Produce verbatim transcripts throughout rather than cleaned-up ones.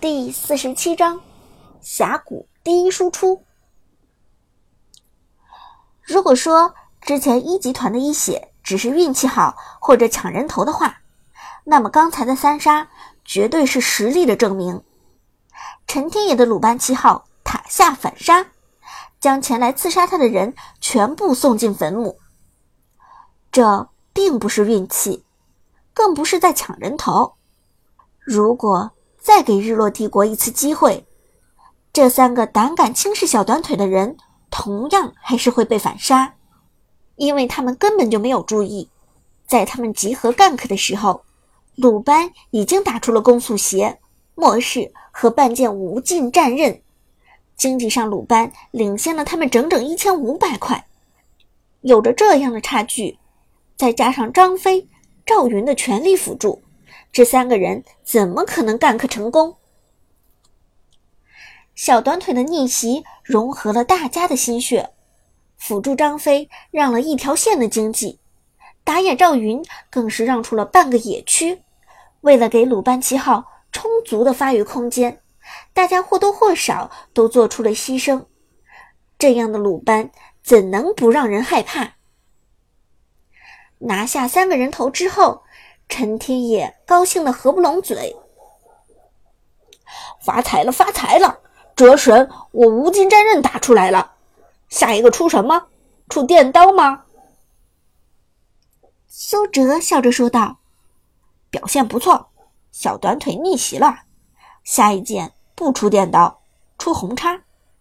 第四十七章峡谷第一输出。如果说之前一集团的一血只是运气好或者抢人头的话，那么刚才的三杀绝对是实力的证明。陈天野的鲁班七号塔下反杀，将前来刺杀他的人全部送进坟墓。这并不是运气，更不是在抢人头。如果再给日落帝国一次机会，这三个胆敢轻视小短腿的人同样还是会被反杀，因为他们根本就没有注意，在他们集合 gank 的时候，鲁班已经打出了攻速鞋、末世和半件无尽战刃，经济上鲁班领先了他们整整一千五百块。有着这样的差距，再加上张飞、赵云的全力辅助，这三个人怎么可能gank成功？小短腿的逆袭融合了大家的心血，辅助张飞让了一条线的经济，打野赵云更是让出了半个野区。为了给鲁班七号充足的发育空间，大家或多或少都做出了牺牲。这样的鲁班怎能不让人害怕？拿下三个人头之后，陈天野高兴得合不拢嘴。 发财了发财了，折神我无尽战刃打出来了，下一个出什么？出电刀吗？ 苏哲笑着说道， 表现不错，小短腿逆袭了，下一件不出电刀，出红叉。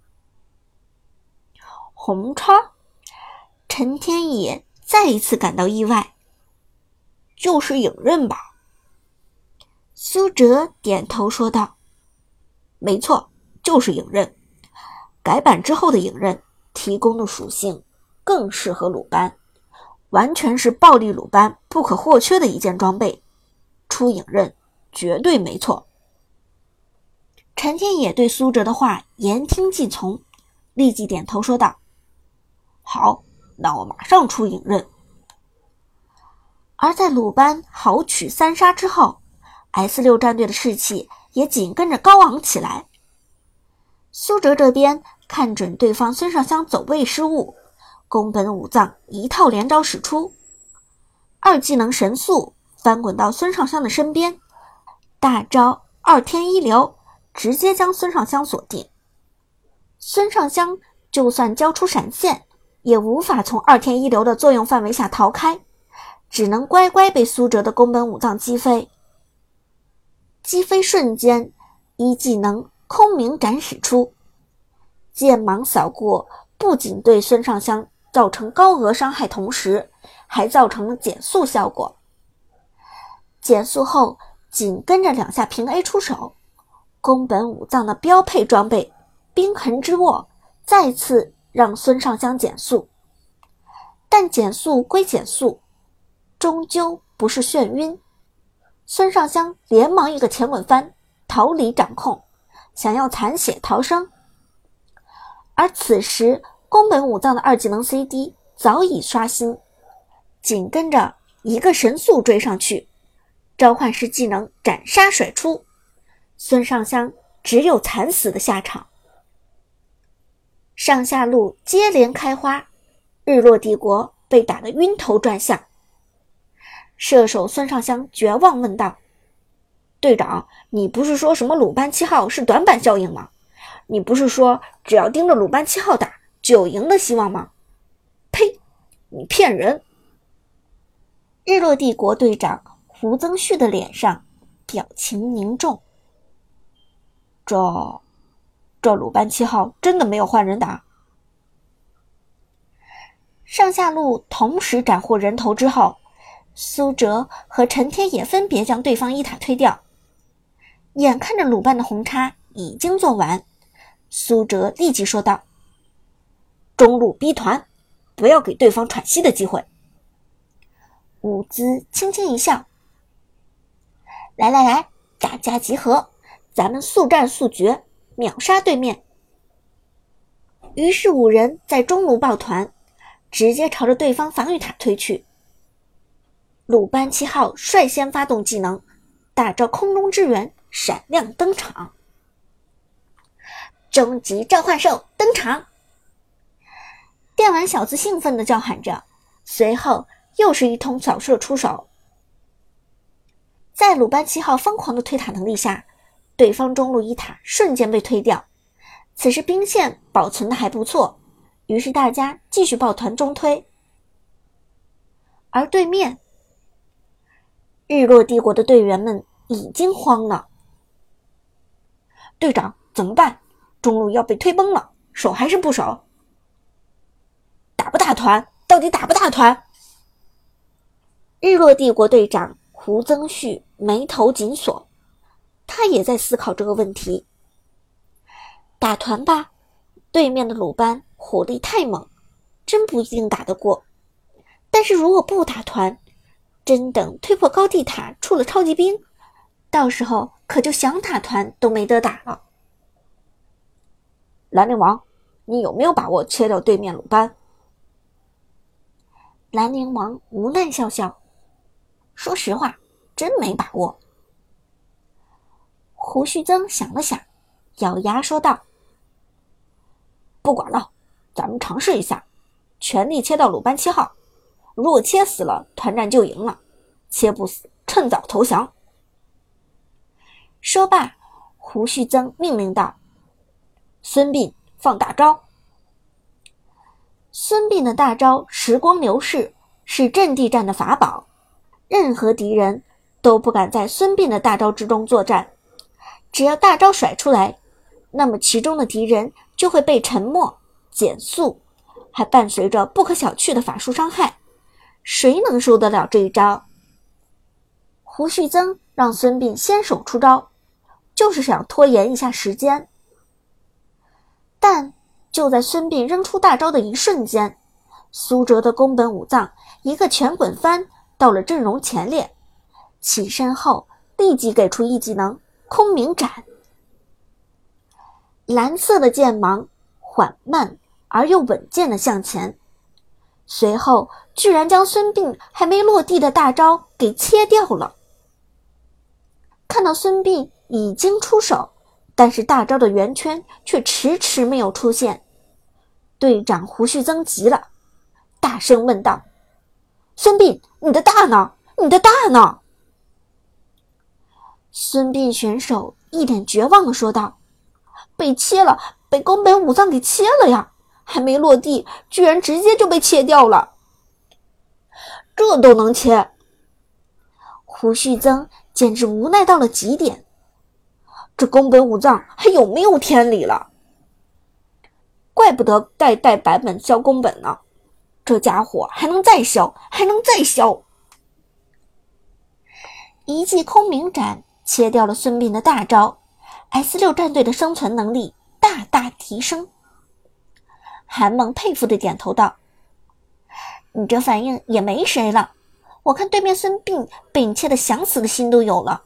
红叉？陈天野再一次感到意外。 就是影刃吧？ 苏哲点头说道， 没错，就是影刃。改版之后的影刃提供的属性更适合鲁班，完全是暴力鲁班不可或缺的一件装备，出影刃绝对没错。 陈天野对苏哲的话言听计从，立即点头说道， 好，那我马上出影刃。 而在鲁班豪取三杀之后， S 六 战队的士气也紧跟着高昂起来。苏哲这边看准对方孙尚香走位失误，宫本武藏一套连招使出，二技能神速翻滚到孙尚香的身边，大招二天一流直接将孙尚香锁定。孙尚香就算交出闪现，也无法从二天一流的作用范围下逃开，只能乖乖被苏哲的宫本武藏击飞。击飞瞬间，一技能空明斩使出，剑芒扫过，不仅对孙尚香造成高额伤害，同时还造成了减速效果。减速后紧跟着两下平 A 出手，宫本武藏的标配装备冰痕之握再次让孙尚香减速。但减速归减速，终究不是眩晕。孙尚香连忙一个前滚翻逃离掌控，想要残血逃生。而此时宫本武藏的二技能 C D 早已刷新，紧跟着一个神速追上去，召唤师技能斩杀甩出，孙尚香只有惨死的下场。上下路接连开花，日落帝国被打得晕头转向。射手孙尚香绝望问道，队长，你不是说什么鲁班七号是短板效应吗？你不是说只要盯着鲁班七号打就有赢的希望吗？呸，你骗人。日落帝国队长胡增旭的脸上表情凝重。 这这鲁班七号真的没有换人打？ 上下路同时斩获人头之后，苏哲和陈天野分别将对方一塔推掉。眼看着鲁班的红叉已经做完，苏哲立即说道， 中路逼团，不要给对方喘息的机会。 伍兹轻轻一笑，来来来，大家集合，咱们速战速决，秒杀对面。于是五人在中路抱团，直接朝着对方防御塔推去。鲁班七号率先发动技能，大招空中支援闪亮登场。 终极召唤兽登场！电玩小子兴奋地叫喊着，随后又是一通扫射出手。在鲁班七号疯狂的推塔能力下，对方中路一塔瞬间被推掉。此时兵线保存的还不错，于是大家继续抱团中推。而对面，日落帝国的队员们已经慌了。队长，怎么办？中路要被推崩了，守还是不守？打不打团？到底打不打团？日落帝国队长胡增旭眉头紧锁，他也在思考这个问题。打团吧，对面的鲁班火力太猛，真不一定打得过。但是如果不打团，真等推破高地塔出了超级兵，到时候可就想打团都没得打了。兰陵王，你有没有把握切掉对面鲁班？兰陵王无奈笑笑，说实话，真没把握。胡须增想了想，咬牙说道：不管了，咱们尝试一下，全力切到鲁班七号，如果切死了，团战就赢了；切不死，趁早投降。说罢，胡须增命令道：孙膑放大招。孙膑的大招时光流逝是阵地战的法宝，任何敌人都不敢在孙膑的大招之中作战。只要大招甩出来，那么其中的敌人就会被沉默、减速，还伴随着不可小觑的法术伤害。谁能受得了这一招？胡须增让孙膑先手出招，就是想拖延一下时间。但就在孙膑扔出大招的一瞬间，苏哲的宫本武藏一个拳滚翻到了阵容前列，起身后立即给出一技能空明斩。蓝色的剑芒缓慢而又稳健地向前，随后居然将孙膑还没落地的大招给切掉了。看到孙膑已经出手，但是大招的圆圈却迟迟没有出现，队长胡须增急了，大声问道：孙膑，你的大呢？你的大呢？孙膑选手一脸绝望地说道：被切了，被宫本武藏给切了呀，还没落地，居然直接就被切掉了。这都能切？胡须增简直无奈到了极点，这宫本武藏还有没有天理了？怪不得代代版本削宫本呢，这家伙还能再削，还能再削。一记空明斩切掉了孙膑的大招， S 六 战队的生存能力大大提升。韩梦佩服地点头道：你这反应也没谁了，我看对面孙膑被你切得想死的心都有了。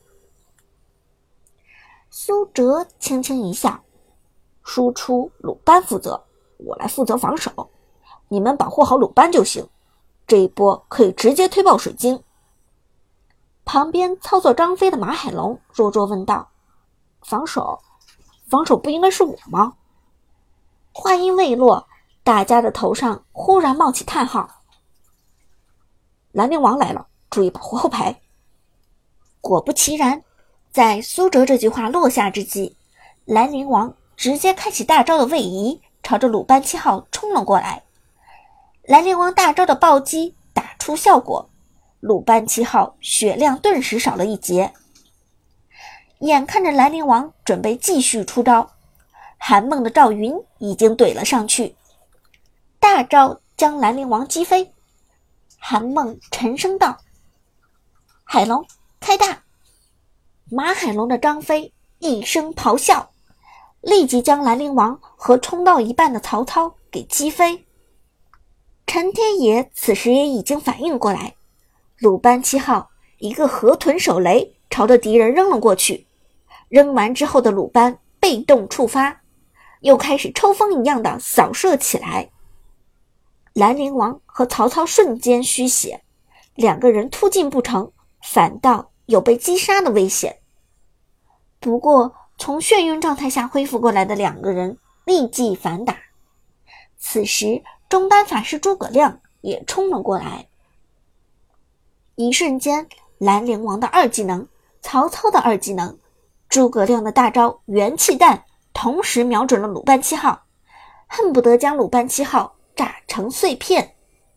苏哲轻轻一笑：输出鲁班负责，我来负责防守，你们保护好鲁班就行，这一波可以直接推爆水晶。旁边操作张飞的马海龙弱弱问道：防守？防守不应该是我吗？话音未落，大家的头上忽然冒起叹号。兰陵王来了，注意保护后排。果不其然，在苏哲这句话落下之际，兰陵王直接开启大招的位移，朝着鲁班七号冲了过来。兰陵王大招的暴击打出效果，鲁班七号血量顿时少了一截。眼看着兰陵王准备继续出招，韩梦的赵云已经怼了上去，大招将兰陵王击飞。韩梦沉声道：海龙开大。马海龙的张飞一声咆哮，立即将兰陵王和冲到一半的曹操给击飞。陈天野此时也已经反应过来，鲁班七号一个河豚手雷朝着敌人扔了过去，扔完之后的鲁班被动触发，又开始抽风一样的扫射起来。兰陵王和曹操瞬间虚血，两个人突进不成，反倒有被击杀的危险。不过从眩晕状态下恢复过来的两个人立即反打。此时中丹法师诸葛亮也冲了过来。一瞬间，兰陵王的二技能、曹操的二技能、诸葛亮的大招元气弹同时瞄准了鲁班七号，恨不得将鲁班七号炸成碎片。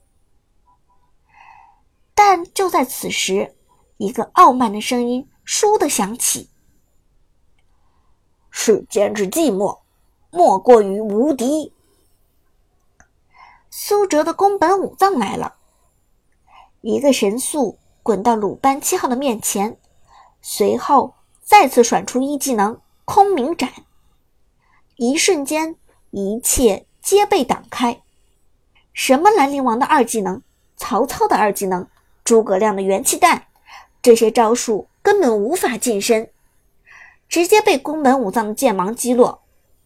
但就在此时，一个傲慢的声音倏地响起： 世间之寂寞，莫过于无敌。 苏辙的宫本武藏来了，一个神速滚到鲁班七号的面前，随后再次甩出一技能空明斩。一瞬间，一切皆被挡开。什么兰陵王的二技能、曹操的二技能、诸葛亮的元气弹，这些招数根本无法近身，直接被宫本武藏的剑芒击落。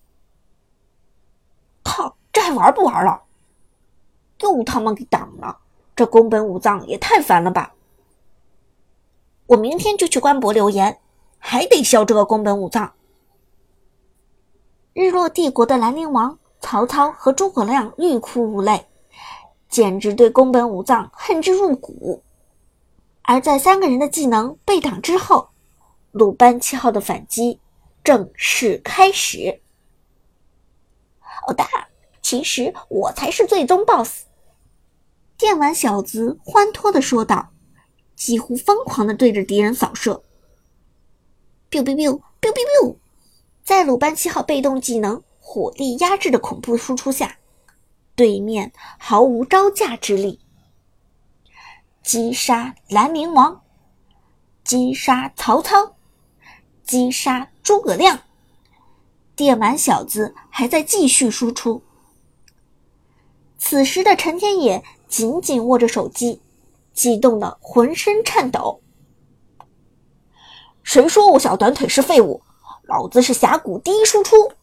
靠，这还玩不玩了？又他妈给挡了，这宫本武藏也太烦了吧！我明天就去官博留言，还得削这个宫本武藏。 日落帝国的兰陵王、曹操和诸葛亮欲哭无泪，简直对宫本武藏恨之入骨。而在三个人的技能被挡之后，鲁班七号的反击正式开始。 老大，其实我才是最终 boss。 电玩小子欢脱地说道，几乎疯狂地对着敌人扫射。biu biu biu biu biu biu，在鲁班七号被动技能火力压制的恐怖输出下，对面毫无招架之力。击杀兰陵王，击杀曹操，击杀诸葛亮，电玩小子还在继续输出。此时的陈天野紧紧握着手机，激动得浑身颤抖。 谁说我小短腿是废物？老子是峡谷第一输出！